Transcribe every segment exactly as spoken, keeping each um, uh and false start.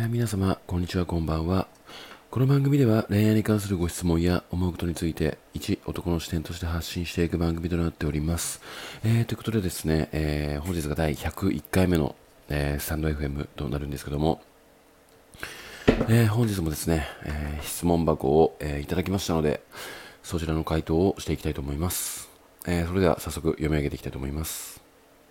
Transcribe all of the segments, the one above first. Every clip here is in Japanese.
ー皆様、こんにちは、こんばんは。この番組では恋愛に関するご質問や思うことについて、一男の視点として発信していく番組となっております。えー、ということでですね、えー本日が第ひゃくいっかいめの、えースタンド エフエム となるんですけども、えー本日もですね、えー質問箱を、えーいただきましたので、そちらの回答をしていきたいと思います。えーそれでは早速読み上げていきたいと思います。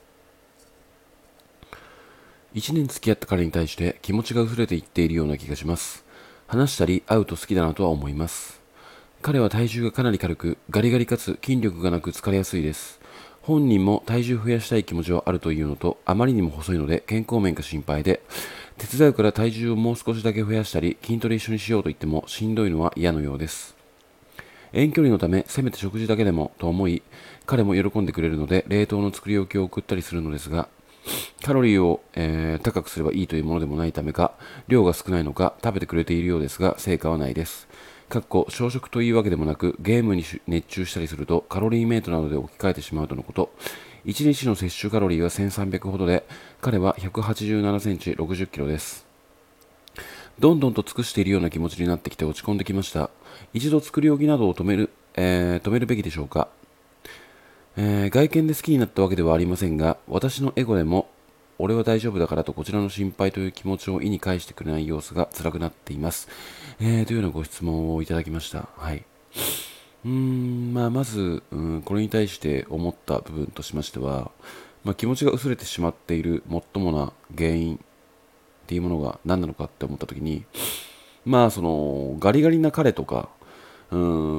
いちねん付き合った彼に対して気持ちが薄れていっているような気がします。話したり会うと好きだなとは思います。彼は体重がかなり軽く、ガリガリかつ筋力がなく疲れやすいです。本人も体重増やしたい気持ちはあるというのと、あまりにも細いので健康面が心配で、手伝うから体重をもう少しだけ増やしたり、筋トレ一緒にしようと言ってもしんどいのは嫌のようです。遠距離のため、せめて食事だけでもと思い、彼も喜んでくれるので、冷凍の作り置きを送ったりするのですが、カロリーを、えー高くすればいいというものでもないためか、量が少ないのか食べてくれているようですが、成果はないです。かっこ小食というわけでもなく、ゲームに熱中したりするとカロリーメイトなどで置き換えてしまうとのこと。いちにちの摂取カロリーはせんさんびゃくほどで、彼はひゃくはちじゅうななセンチ、ろくじゅっキロです。どんどんと尽くしているような気持ちになってきて落ち込んできました。一度作り置きなどを止める、えー止めるべきでしょうか。えー外見で好きになったわけではありませんが、私のエゴでも、俺は大丈夫だからとこちらの心配という気持ちを意に介してくれない様子が辛くなっています。えー、というようなご質問をいただきました。はい。うーん、まあ、まず、うん、これに対して思った部分としましては、まあ、気持ちが薄れてしまっている最もな原因っていうものが何なのかって思ったときに、まあ、その、ガリガリな彼とか、うん、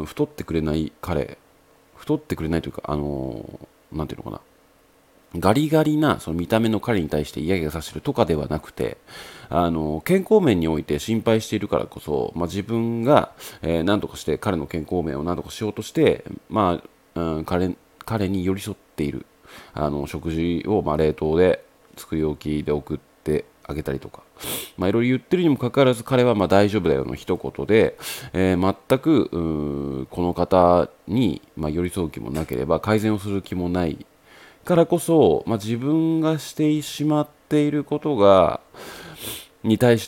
太ってくれない彼、太ってくれないというか、あのーなんていうのかな、ガリガリなその見た目の彼に対して嫌気がさしてるとかではなくて、あの健康面において心配しているからこそ、まあ、自分が、えー何とかして彼の健康面を何とかしようとして、まあうん、彼彼に寄り添っているあの食事を、まあ、冷凍で作り置きで送ってあげたりとか、まあ、いろいろ言ってるにもかかわらず彼はまあ大丈夫だよの一言で、えー全くうーこの方に、まあ、寄り添う気もなければ改善をする気もないからこそ、まあ、自分がしてしまっていることがに対して、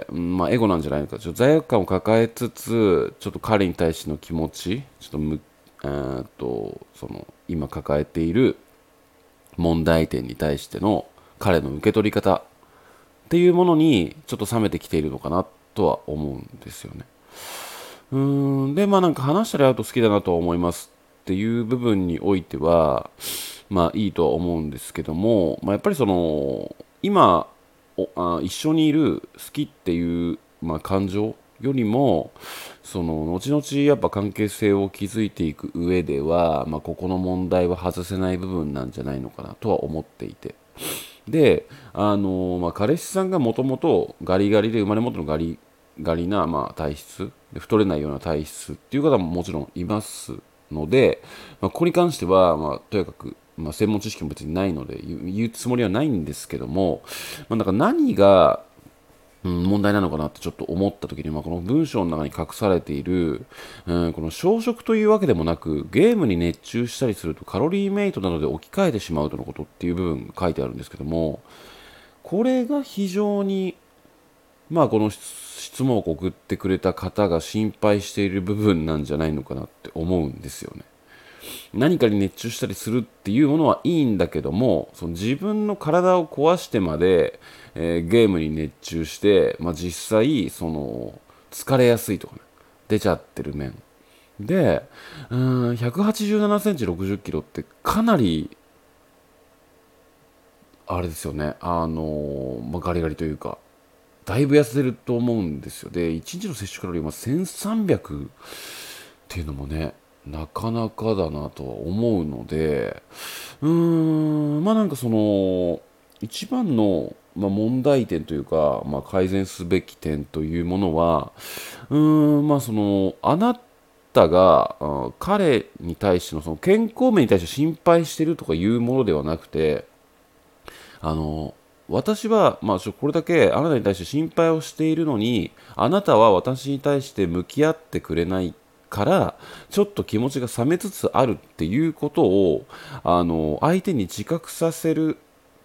うんまあ、エゴなんじゃないのか、ちょっと罪悪感を抱えつつ、ちょっと彼に対しての気持ち、ちょっとむ、えーっとその今抱えている問題点に対しての彼の受け取り方っていうものにちょっと冷めてきているのかなとは思うんですよね。うーんで、まあなんか話したり会うと好きだなとは思いますっていう部分においては、まあいいとは思うんですけども、まあ、やっぱりその、今、おあ一緒にいる好きっていう、まあ、感情よりも、その、後々やっぱ関係性を築いていく上では、まあ、ここの問題は外せない部分なんじゃないのかなとは思っていて。で、あのまあ、彼氏さんがもともとガリガリで生まれ持ってのガリガリな、まあ、体質で太れないような体質っていう方ももちろんいますので、まあ、ここに関しては、まあ、とにかく、まあ、専門知識も別にないので言う言うつもりはないんですけども、まあ、なんか何がうん、問題なのかなってちょっと思った時に、まあ、この文章の中に隠されている、うん、この小食というわけでもなくゲームに熱中したりするとカロリーメイトなどで置き換えてしまうとのことっていう部分が書いてあるんですけども、これが非常に、まあ、この質問を送ってくれた方が心配している部分なんじゃないのかなって思うんですよね。何かに熱中したりするっていうものはいいんだけども、その自分の体を壊してまで、えーゲームに熱中して、まあ、実際その疲れやすいとかね、出ちゃってる面で、うーんひゃくはちじゅうななセンチろくじゅっキロってかなりあれですよね、あのーまあ、ガリガリというかだいぶ痩せてると思うんですよ。でいちにちの摂取カロリーはせんさんびゃくっていうのもね、なかなかだなとは思うので、うーん、まあなんかその、一番の、まあ、問題点というか、まあ、改善すべき点というものは、うーん、まあその、あなたがあ彼に対してのその健康面に対して心配しているとかいうものではなくて、あの、私は、まあ、ちょこれだけあなたに対して心配をしているのに、あなたは私に対して向き合ってくれないから、ちょっと気持ちが冷めつつあるっていうことを、あの、相手に自覚させるって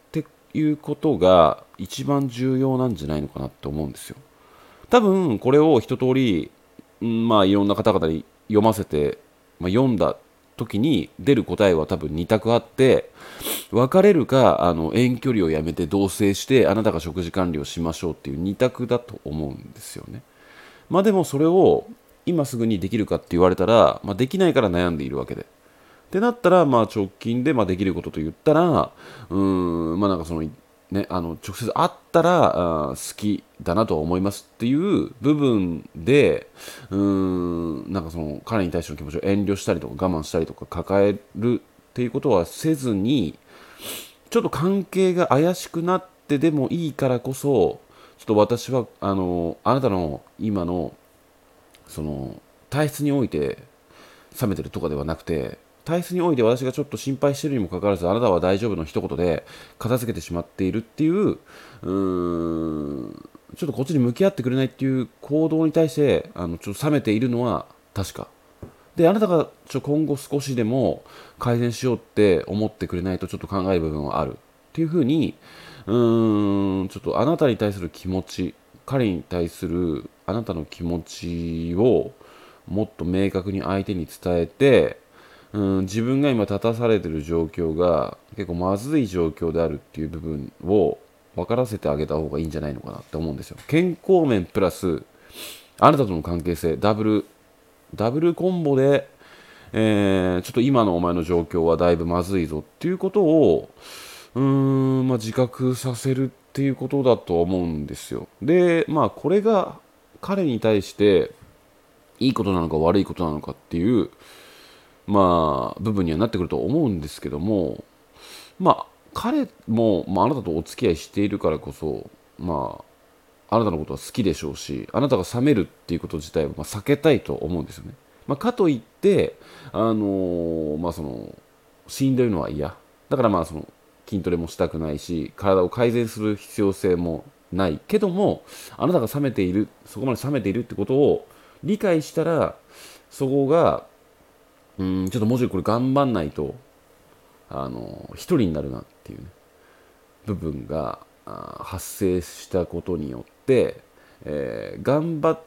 いうことが一番重要なんじゃないのかなって思うんですよ。多分これを一通り、んまあいろんな方々に読ませて、まあ、読んだ時に出る答えは多分に択あって、別れるかあの遠距離をやめて同棲してあなたが食事管理をしましょうっていうに択だと思うんですよね。まあでもそれを今すぐにできるかって言われたら、まあ、できないから悩んでいるわけで。ってなったら、まあ、直近でまあできることと言ったら、うーん、まあなんかその、ね、あの直接会ったらあ好きだなとは思いますっていう部分で、うーん、なんかその彼に対しての気持ちを遠慮したりとか我慢したりとか抱えるっていうことはせずに、ちょっと関係が怪しくなってでもいいからこそ、ちょっと私はあのあなたの今のその体質において冷めてるとかではなくて、体質において私がちょっと心配しているにもかかわらず、あなたは大丈夫の一言で片付けてしまっているっていう、うーん、ちょっとこっちに向き合ってくれないっていう行動に対して、あのちょっと冷めているのは確か。で、あなたがちょ今後少しでも改善しようって思ってくれないとちょっと考える部分はあるっていうふうに、うーん、ちょっとあなたに対する気持ち、彼に対するあなたの気持ちをもっと明確に相手に伝えて、うん、自分が今立たされている状況が結構まずい状況であるっていう部分を分からせてあげた方がいいんじゃないのかなって思うんですよ。健康面プラスあなたとの関係性、ダブルダブルコンボで、えーちょっと今のお前の状況はだいぶまずいぞっていうことをうーん、まあ、自覚させるっていうことだと思うんですよ。で、まあこれが彼に対していいことなのか悪いことなのかっていうまあ部分にはなってくると思うんですけども、まあ彼も、まあ、あなたとお付き合いしているからこそ、まああなたのことは好きでしょうし、あなたが冷めるっていうこと自体はまあ避けたいと思うんですよね。まあ、かといって、あのーまあ、その死んでるのは嫌だから、まあその筋トレもしたくないし、体を改善する必要性もないけども、あなたが冷めている、そこまで冷めているってことを理解したら、そこがうん、ちょっともうちょいこれ頑張んないと、あの一人になるなっていう、ね、部分があ発生したことによって、えー頑張って、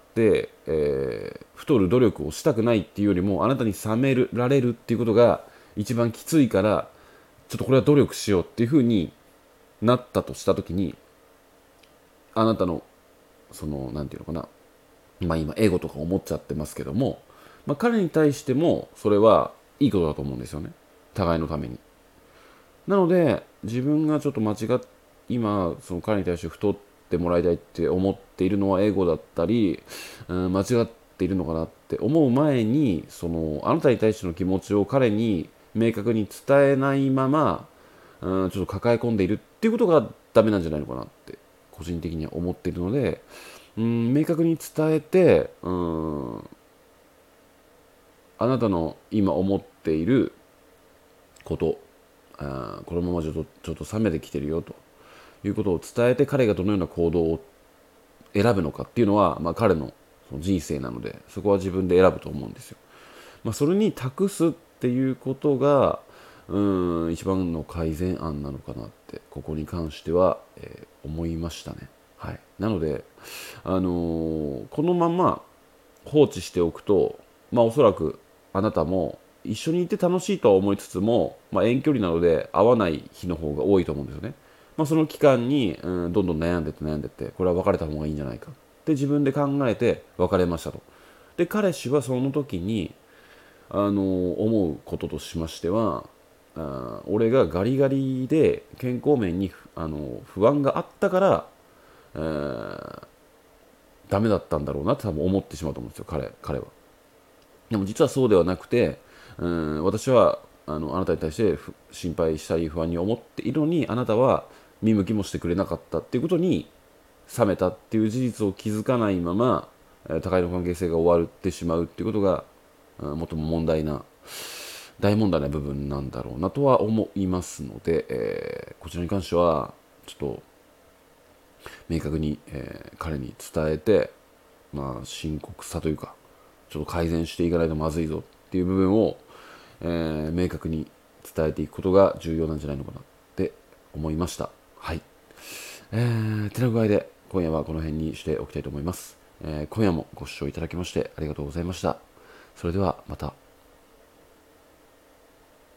えー太る努力をしたくないっていうよりも、あなたに冷められるっていうことが一番きついから、ちょっとこれは努力しようっていう風になったとしたときに、あなたのそのなんていうのかな、まあ今エゴとか思っちゃってますけども、まあ、彼に対してもそれはいいことだと思うんですよね、互いのために。なので自分がちょっと間違っ今その彼に対して太ってもらいたいって思っているのはエゴだったり、うん、間違っているのかなって思う前に、そのあなたに対しての気持ちを彼に明確に伝えないまま、うん、ちょっと抱え込んでいるっていうことがダメなんじゃないのかなって個人的には思っているので、うん、明確に伝えて、うん、あなたの今思っていること、あこのままちょっとちょっと冷めてきてるよということを伝えて、彼がどのような行動を選ぶのかっていうのは、まあ、彼のその人生なので、そこは自分で選ぶと思うんですよ。まあ、それに託すっていうことがうーん一番の改善案なのかなって、ここに関しては、えー思いましたね。はい、なので、あのーこのまま放置しておくと、まあ、おそらくあなたも一緒にいて楽しいとは思いつつも、まあ、遠距離なので会わない日の方が多いと思うんですよね。まあ、その期間に、うん、どんどん悩んでって悩んでってこれは別れた方がいいんじゃないかって自分で考えて別れましたと。で彼氏はその時にあの思うこととしましては、あ俺がガリガリで健康面にあの不安があったから、えーダメだったんだろうなって多分思ってしまうと思うんですよ、彼彼は。でも実はそうではなくて、うん、私はあのあなたに対して心配したり不安に思っているのに、あなたは見向きもしてくれなかったっていうことに冷めたっていう事実を気づかないまま、えー互いの関係性が終わってしまうっていうことが、うん、最も問題な大問題な部分なんだろうなとは思いますので、えーこちらに関してはちょっと明確に、えー彼に伝えて、まあ、深刻さというか、ちょっと改善していかないとまずいぞっていう部分を、えー明確に伝えていくことが重要なんじゃないのかなって思いました。はい。 えー、てな具合で今夜はこの辺にしておきたいと思います。えー今夜もご視聴いただきましてありがとうございました。それではまた。